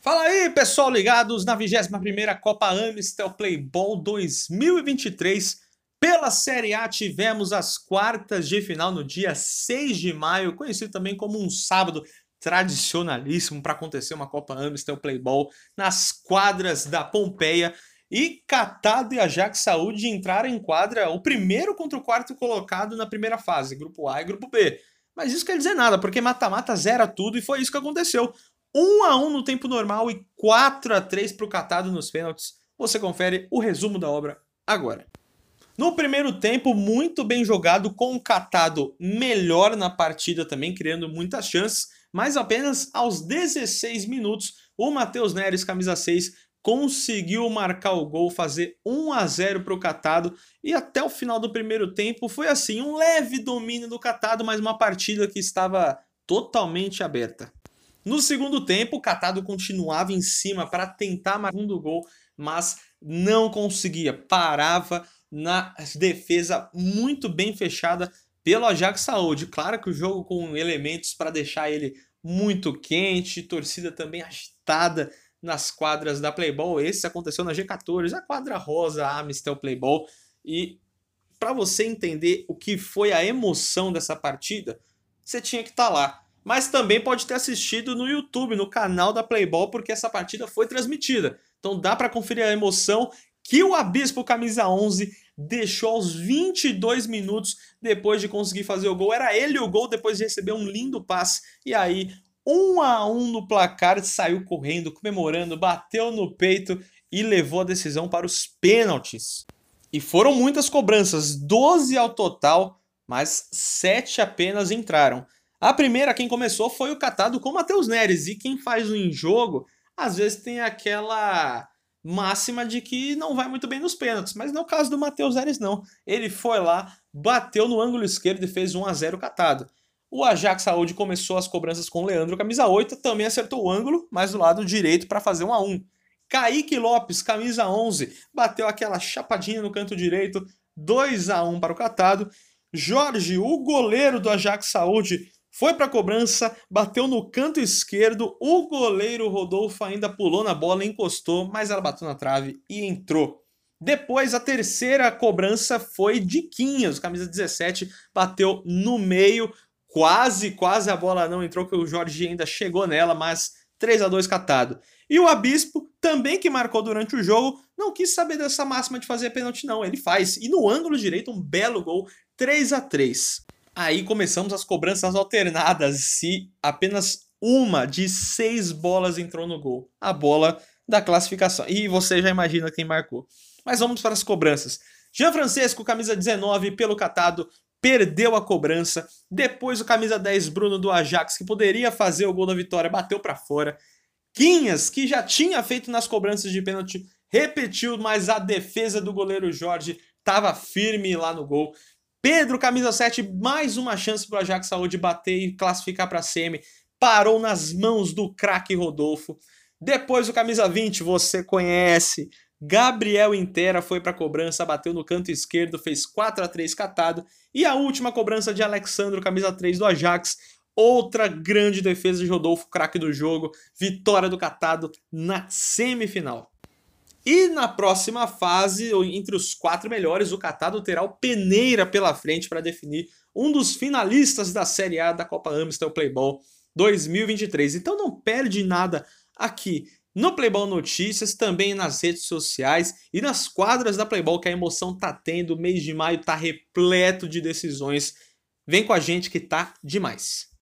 Fala aí, pessoal ligados na 21ª Copa Amistel Playball 2023. Pela Série A tivemos as quartas de final no dia 6 de maio, conhecido também como um sábado tradicionalíssimo para acontecer uma Copa Amistel Playball nas quadras da Pompeia. E Catado e Ajax Saúde entraram em quadra o primeiro contra o quarto colocado na primeira fase, grupo A e grupo B. Mas isso quer dizer nada, porque mata-mata zera tudo e foi isso que aconteceu. 1-1 no tempo normal e 4-3 para o Catado nos pênaltis. Você confere o resumo da obra agora. No primeiro tempo, muito bem jogado, com o Catado melhor na partida também, criando muitas chances, mas apenas aos 16 minutos, o Matheus Neres, camisa 6, conseguiu marcar o gol, fazer 1-0 para o Catado, e até o final do primeiro tempo foi assim, um leve domínio do Catado, mas uma partida que estava totalmente aberta. No segundo tempo, o Catado continuava em cima para tentar marcar um segundo gol, mas não conseguia. Parava na defesa muito bem fechada pelo Ajax Saúde. Claro que o jogo com elementos para deixar ele muito quente, torcida também agitada nas quadras da Playball. Esse aconteceu na G14, a quadra rosa, a Amistel Playball. E para você entender o que foi a emoção dessa partida, você tinha que estar lá. Mas também pode ter assistido no YouTube, no canal da Playball, porque essa partida foi transmitida. Então dá para conferir a emoção que o Abispo camisa 11 deixou aos 22 minutos depois de conseguir fazer o gol. Era ele o gol depois de receber um lindo passe. E aí, 1-1 no placar, saiu correndo, comemorando, bateu no peito e levou a decisão para os pênaltis. E foram muitas cobranças, 12 ao total, mas 7 apenas entraram. A primeira, quem começou, foi o Catado com o Matheus Neres. E quem faz o em-jogo, às vezes tem aquela máxima de que não vai muito bem nos pênaltis. Mas não é o caso do Matheus Neres, não. Ele foi lá, bateu no ângulo esquerdo e fez 1-0 Catado. O Ajax Saúde começou as cobranças com o Leandro, camisa 8, também acertou o ângulo, mas do lado direito para fazer 1-1. Kaique Lopes, camisa 11, bateu aquela chapadinha no canto direito, 2-1 para o Catado. Jorge, o goleiro do Ajax Saúde, foi para a cobrança, bateu no canto esquerdo, o goleiro Rodolfo ainda pulou na bola, encostou, mas ela bateu na trave e entrou. Depois, a terceira cobrança foi de Quinhas, camisa 17, bateu no meio, quase a bola não entrou, que o Jorge ainda chegou nela, mas 3-2 Catado. E o Abispo, também que marcou durante o jogo, não quis saber dessa máxima de fazer pênalti não, ele faz. E no ângulo direito, um belo gol, 3-3. Aí começamos as cobranças alternadas e apenas uma de 6 bolas entrou no gol. A bola da classificação. E você já imagina quem marcou. Mas vamos para as cobranças. Jean Francesco, camisa 19, pelo Catado, perdeu a cobrança. Depois o camisa 10, Bruno do Ajax, que poderia fazer o gol da vitória, bateu para fora. Quinhas, que já tinha feito nas cobranças de pênalti, repetiu, mas a defesa do goleiro Jorge estava firme lá no gol. Pedro, camisa 7, mais uma chance para o Ajax Saúde bater e classificar para a semi. Parou nas mãos do craque Rodolfo. Depois o camisa 20, você conhece. Gabriel Intera foi para a cobrança, bateu no canto esquerdo, fez 4-3 Catado. E a última cobrança de Alexandro, camisa 3 do Ajax. Outra grande defesa de Rodolfo, craque do jogo. Vitória do Catado na semifinal. E na próxima fase, entre os 4 melhores, o Catado terá o Peneira pela frente para definir um dos finalistas da Série A da Copa Amistel Playball 2023. Então não perde nada aqui no Playball Notícias, também nas redes sociais e nas quadras da Playball, que a emoção tá tendo. O mês de maio tá repleto de decisões. Vem com a gente que tá demais.